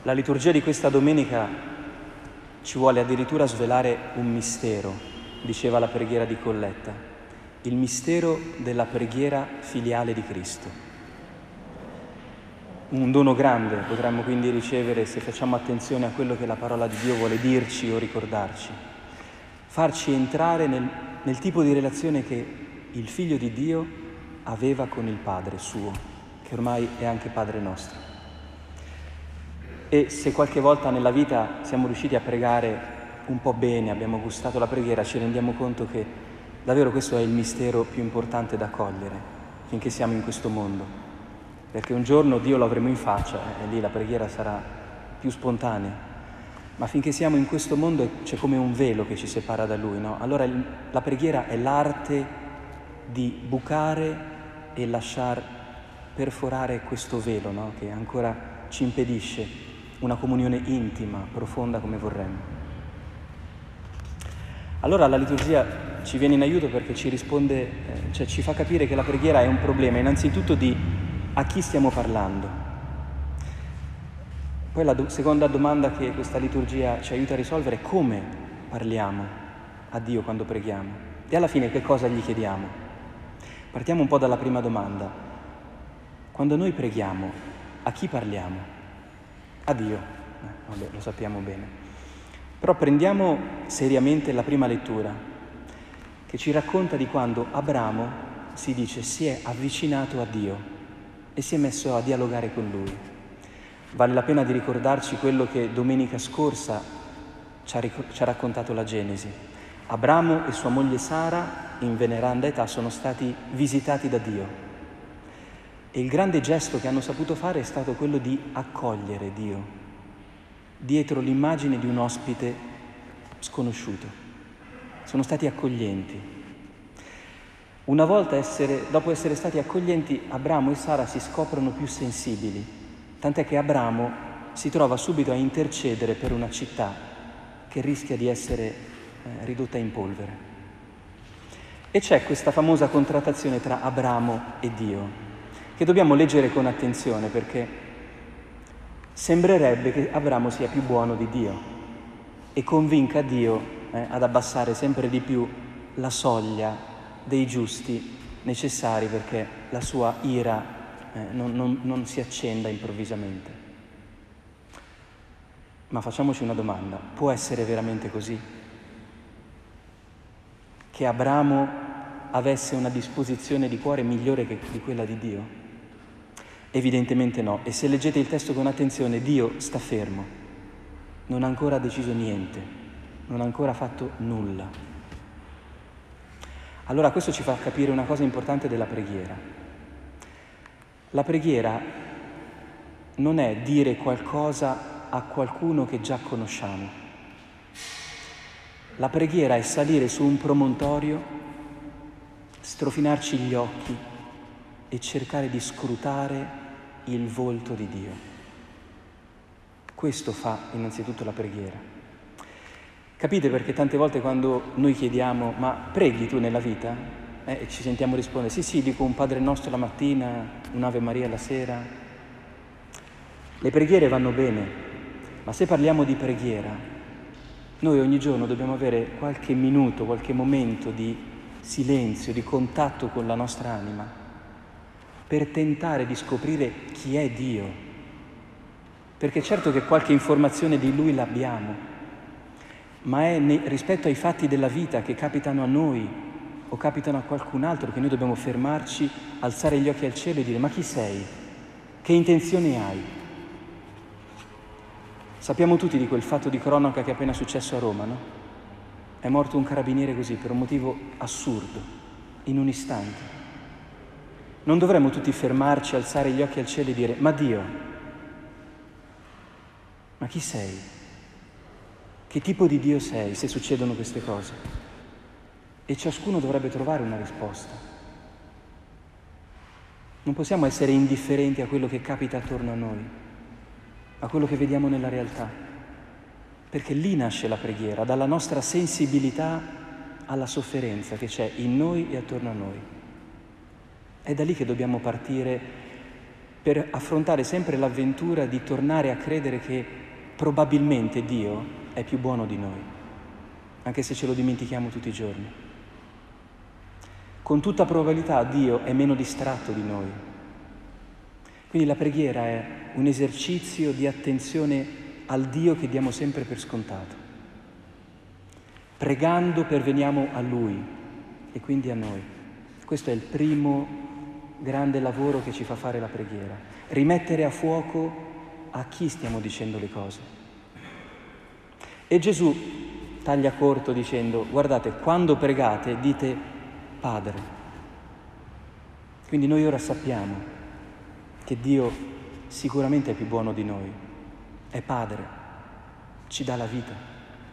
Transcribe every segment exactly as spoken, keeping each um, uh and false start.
La liturgia di questa domenica ci vuole addirittura svelare un mistero, diceva la preghiera di Colletta, il mistero della preghiera filiale di Cristo. Un dono grande potremmo quindi ricevere se facciamo attenzione a quello che la parola di Dio vuole dirci o ricordarci, farci entrare nel, nel tipo di relazione che il Figlio di Dio aveva con il Padre suo, che ormai è anche Padre nostro. E se qualche volta nella vita siamo riusciti a pregare un po' bene, abbiamo gustato la preghiera, ci rendiamo conto che davvero questo è il mistero più importante da cogliere finché siamo in questo mondo. Perché un giorno Dio lo avremo in faccia e lì la preghiera sarà più spontanea. Ma finché siamo in questo mondo c'è come un velo che ci separa da Lui, no? Allora il, la preghiera è l'arte di bucare e lasciar perforare questo velo, no? Che ancora ci impedisce una comunione intima, profonda come vorremmo. Allora la liturgia ci viene in aiuto perché ci risponde, eh, cioè ci fa capire che la preghiera è un problema innanzitutto di a chi stiamo parlando. Poi la do- seconda domanda che questa liturgia ci aiuta a risolvere è come parliamo a Dio quando preghiamo e alla fine che cosa gli chiediamo. Partiamo un po' dalla prima domanda. Quando noi preghiamo, a chi parliamo? A Dio, eh, vabbè, lo sappiamo bene. Però prendiamo seriamente la prima lettura, che ci racconta di quando Abramo, si dice, si è avvicinato a Dio e si è messo a dialogare con Lui. Vale la pena di ricordarci quello che domenica scorsa ci ha, ric- ci ha raccontato la Genesi. Abramo e sua moglie Sara, in veneranda età, sono stati visitati da Dio. E il grande gesto che hanno saputo fare è stato quello di accogliere Dio, dietro l'immagine di un ospite sconosciuto. Sono stati accoglienti. Una volta essere, dopo essere stati accoglienti, Abramo e Sara si scoprono più sensibili, tant'è che Abramo si trova subito a intercedere per una città che rischia di essere eh, ridotta in polvere. E c'è questa famosa contrattazione tra Abramo e Dio, che dobbiamo leggere con attenzione perché sembrerebbe che Abramo sia più buono di Dio e convinca Dio eh, ad abbassare sempre di più la soglia dei giusti necessari perché la sua ira eh, non, non, non si accenda improvvisamente. Ma facciamoci una domanda, può essere veramente così? Che Abramo avesse una disposizione di cuore migliore che di quella di Dio? Evidentemente no. E se leggete il testo con attenzione, Dio sta fermo, non ha ancora deciso niente, non ha ancora fatto nulla. Allora questo ci fa capire una cosa importante della preghiera. La preghiera non è dire qualcosa a qualcuno che già conosciamo. La preghiera è salire su un promontorio, strofinarci gli occhi e cercare di scrutare il volto di Dio. Questo fa innanzitutto la preghiera. Capite perché tante volte quando noi chiediamo ma preghi tu nella vita? Eh, e ci sentiamo rispondere sì sì, dico un Padre Nostro la mattina, un'Ave Maria la sera. Le preghiere vanno bene, ma se parliamo di preghiera, noi ogni giorno dobbiamo avere qualche minuto, qualche momento di silenzio, di contatto con la nostra anima per tentare di scoprire chi è Dio. Perché certo che qualche informazione di Lui l'abbiamo, ma è ne- rispetto ai fatti della vita che capitano a noi o capitano a qualcun altro che noi dobbiamo fermarci, alzare gli occhi al cielo e dire ma chi sei? Che intenzioni hai? Sappiamo tutti di quel fatto di cronaca che è appena successo a Roma, no? È morto un carabiniere così, per un motivo assurdo, in un istante. Non dovremmo tutti fermarci, alzare gli occhi al cielo e dire ma Dio, ma chi sei? Che tipo di Dio sei se succedono queste cose? E ciascuno dovrebbe trovare una risposta. Non possiamo essere indifferenti a quello che capita attorno a noi, a quello che vediamo nella realtà, perché lì nasce la preghiera, dalla nostra sensibilità alla sofferenza che c'è in noi e attorno a noi. È da lì che dobbiamo partire per affrontare sempre l'avventura di tornare a credere che probabilmente Dio è più buono di noi, anche se ce lo dimentichiamo tutti i giorni. Con tutta probabilità Dio è meno distratto di noi. Quindi la preghiera è un esercizio di attenzione al Dio che diamo sempre per scontato. Pregando perveniamo a Lui e quindi a noi. Questo è il primo grande lavoro che ci fa fare la preghiera. Rimettere a fuoco a chi stiamo dicendo le cose. E Gesù taglia corto dicendo: guardate, quando pregate dite Padre. Quindi noi ora sappiamo che Dio sicuramente è più buono di noi, è Padre, ci dà la vita.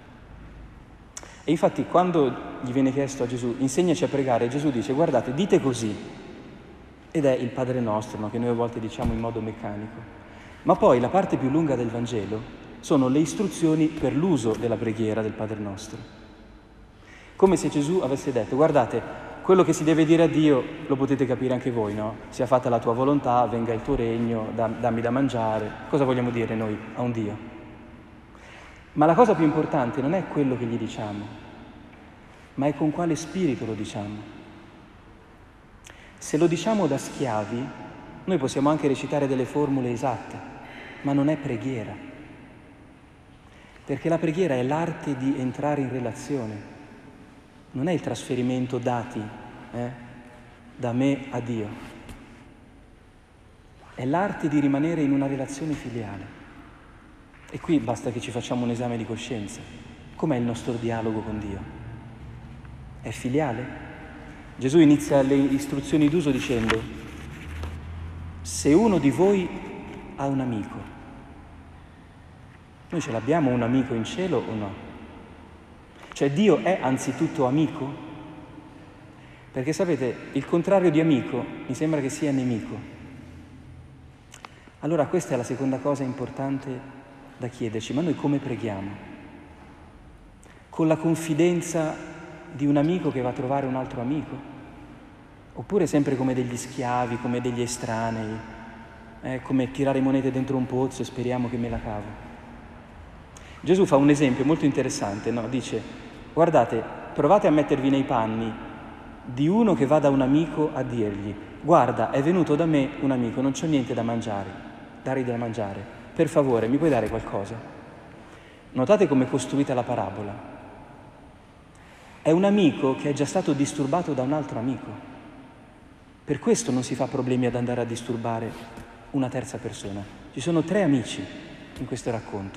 E infatti quando gli viene chiesto a Gesù, insegnaci a pregare, Gesù dice: guardate, dite così. Ed è il Padre nostro, no? Che noi a volte diciamo in modo meccanico. Ma poi la parte più lunga del Vangelo sono le istruzioni per l'uso della preghiera del Padre nostro. Come se Gesù avesse detto: guardate, quello che si deve dire a Dio lo potete capire anche voi, no? Sia fatta la tua volontà, venga il tuo regno, dammi da mangiare. Cosa vogliamo dire noi a un Dio? Ma la cosa più importante non è quello che gli diciamo, ma è con quale spirito lo diciamo. Se lo diciamo da schiavi, noi possiamo anche recitare delle formule esatte, ma non è preghiera. Perché la preghiera è l'arte di entrare in relazione, non è il trasferimento dati eh, da me a Dio. È l'arte di rimanere in una relazione filiale. E qui basta che ci facciamo un esame di coscienza. Com'è il nostro dialogo con Dio? È filiale? Gesù inizia le istruzioni d'uso dicendo: se uno di voi ha un amico, noi ce l'abbiamo un amico in cielo o no? Cioè Dio è anzitutto amico? Perché sapete, il contrario di amico mi sembra che sia nemico. Allora questa è la seconda cosa importante da chiederci: ma noi come preghiamo? Con la confidenza di un amico che va a trovare un altro amico? Oppure sempre come degli schiavi, come degli estranei, eh, come tirare monete dentro un pozzo e speriamo che me la cavo? Gesù fa un esempio molto interessante, no? Dice: guardate, provate a mettervi nei panni di uno che va da un amico a dirgli: guarda, è venuto da me un amico, non c'ho niente da mangiare, dargli da mangiare, per favore mi puoi dare qualcosa? Notate come è costruita la parabola. È un amico che è già stato disturbato da un altro amico. Per questo non si fa problemi ad andare a disturbare una terza persona. Ci sono tre amici in questo racconto.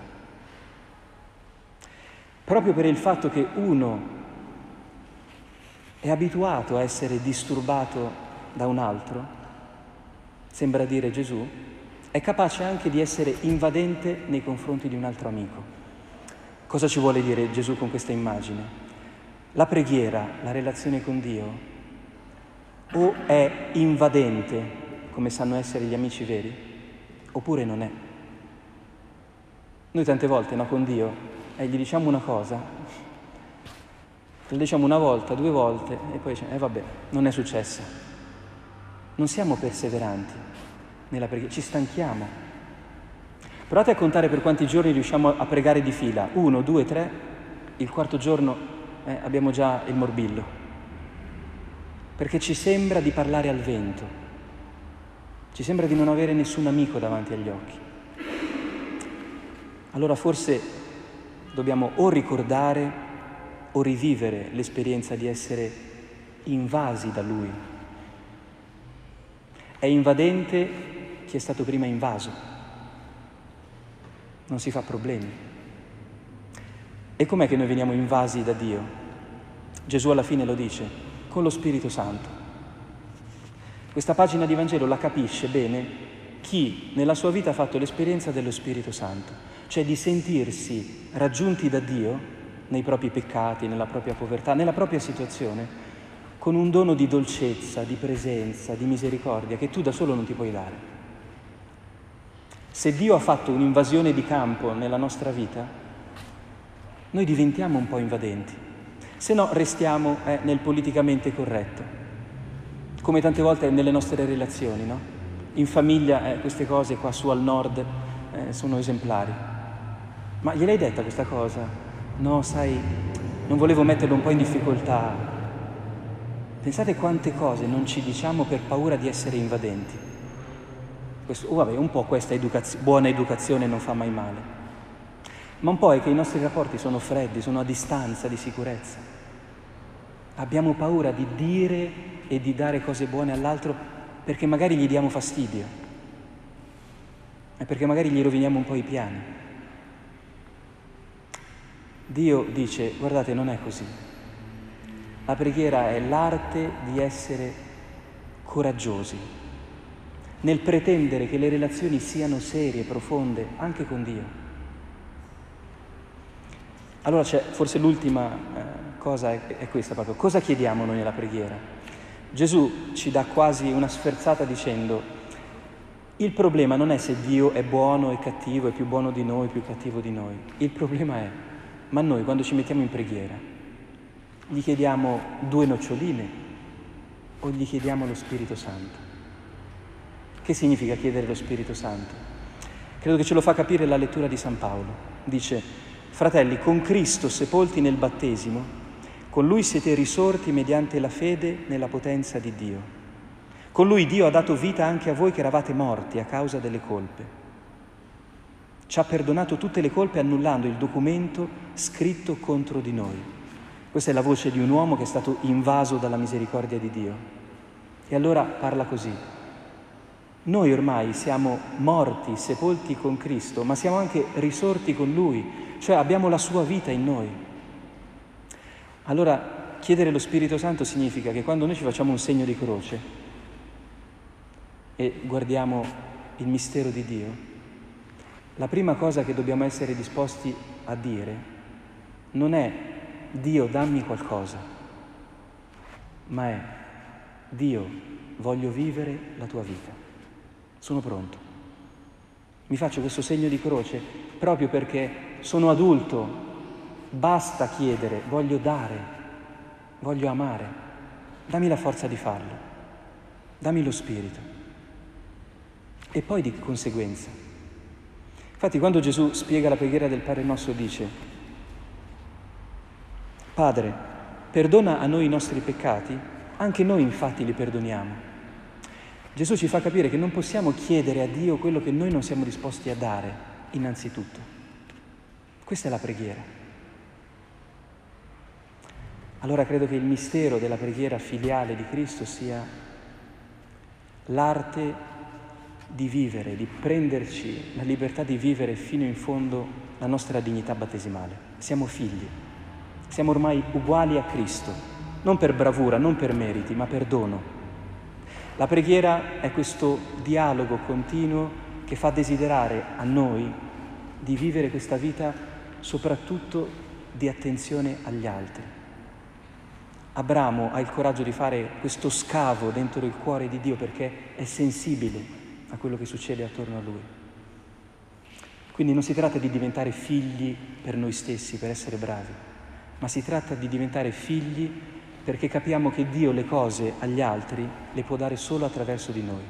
Proprio per il fatto che uno è abituato a essere disturbato da un altro, sembra dire Gesù, è capace anche di essere invadente nei confronti di un altro amico. Cosa ci vuole dire Gesù con questa immagine? La preghiera, la relazione con Dio, o è invadente, come sanno essere gli amici veri, oppure non è. Noi tante volte, no, con Dio, eh, gli diciamo una cosa, lo diciamo una volta, due volte, e poi diciamo, eh vabbè, non è successa. Non siamo perseveranti nella preghiera, ci stanchiamo. Provate a contare per quanti giorni riusciamo a pregare di fila. Uno, due, tre, il quarto giorno eh, abbiamo già il morbillo. Perché ci sembra di parlare al vento, ci sembra di non avere nessun amico davanti agli occhi. Allora forse dobbiamo o ricordare o rivivere l'esperienza di essere invasi da Lui. È invadente chi è stato prima invaso, non si fa problemi. E com'è che noi veniamo invasi da Dio? Gesù alla fine lo dice: con lo Spirito Santo. Questa pagina di Vangelo la capisce bene chi nella sua vita ha fatto l'esperienza dello Spirito Santo, cioè di sentirsi raggiunti da Dio nei propri peccati, nella propria povertà, nella propria situazione, con un dono di dolcezza, di presenza, di misericordia che tu da solo non ti puoi dare. Se Dio ha fatto un'invasione di campo nella nostra vita, noi diventiamo un po' invadenti. Se no restiamo eh, nel politicamente corretto, come tante volte nelle nostre relazioni, no? in famiglia eh, queste cose qua su al nord eh, sono esemplari. Ma gliel'hai detta questa cosa? No, sai, non volevo metterlo un po' in difficoltà. Pensate quante cose non ci diciamo per paura di essere invadenti. Questo, oh, vabbè, un po' questa educazio- buona educazione non fa mai male. Ma un po' è che i nostri rapporti sono freddi, sono a distanza di sicurezza. Abbiamo paura di dire e di dare cose buone all'altro perché magari gli diamo fastidio e perché magari gli roviniamo un po' i piani. Dio dice, guardate, non è così. La preghiera è l'arte di essere coraggiosi nel pretendere che le relazioni siano serie, profonde, anche con Dio. Allora c'è forse l'ultima eh, cosa è, è questa proprio. Cosa chiediamo noi nella preghiera? Gesù ci dà quasi una sferzata dicendo: il problema non è se Dio è buono e cattivo, è più buono di noi, più cattivo di noi. Il problema è, ma noi quando ci mettiamo in preghiera, gli chiediamo due noccioline o gli chiediamo lo Spirito Santo? Che significa chiedere lo Spirito Santo? Credo che ce lo fa capire la lettura di San Paolo. Dice: fratelli, con Cristo sepolti nel battesimo, con Lui siete risorti mediante la fede nella potenza di Dio. Con Lui Dio ha dato vita anche a voi che eravate morti a causa delle colpe. Ci ha perdonato tutte le colpe annullando il documento scritto contro di noi. Questa è la voce di un uomo che è stato invaso dalla misericordia di Dio. E allora parla così: noi ormai siamo morti, sepolti con Cristo, ma siamo anche risorti con Lui, cioè abbiamo la sua vita in noi. Allora, chiedere lo Spirito Santo significa che quando noi ci facciamo un segno di croce e guardiamo il mistero di Dio, la prima cosa che dobbiamo essere disposti a dire non è Dio dammi qualcosa, ma è Dio voglio vivere la tua vita, sono pronto. Mi faccio questo segno di croce proprio perché sono adulto, basta chiedere, voglio dare, voglio amare, dammi la forza di farlo, dammi lo Spirito. E poi di conseguenza. Infatti quando Gesù spiega la preghiera del Padre Nostro dice: Padre, perdona a noi i nostri peccati, anche noi infatti li perdoniamo. Gesù ci fa capire che non possiamo chiedere a Dio quello che noi non siamo disposti a dare, innanzitutto. Questa è la preghiera. Allora credo che il mistero della preghiera filiale di Cristo sia l'arte di vivere, di prenderci la libertà di vivere fino in fondo la nostra dignità battesimale. Siamo figli, siamo ormai uguali a Cristo, non per bravura, non per meriti, ma per dono. La preghiera è questo dialogo continuo che fa desiderare a noi di vivere questa vita soprattutto di attenzione agli altri. Abramo ha il coraggio di fare questo scavo dentro il cuore di Dio perché è sensibile a quello che succede attorno a Lui. Quindi non si tratta di diventare figli per noi stessi, per essere bravi, ma si tratta di diventare figli perché capiamo che Dio le cose agli altri le può dare solo attraverso di noi.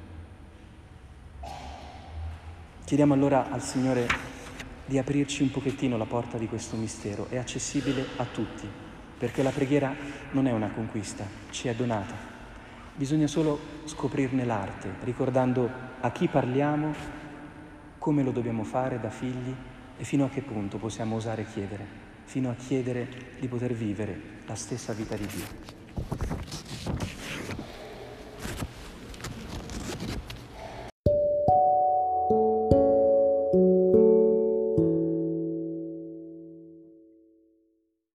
Chiediamo allora al Signore di aprirci un pochettino la porta di questo mistero. È accessibile a tutti, perché la preghiera non è una conquista, ci è donata. Bisogna solo scoprirne l'arte, ricordando a chi parliamo, come lo dobbiamo fare da figli e fino a che punto possiamo osare chiedere, fino a chiedere di poter vivere la stessa vita di Dio.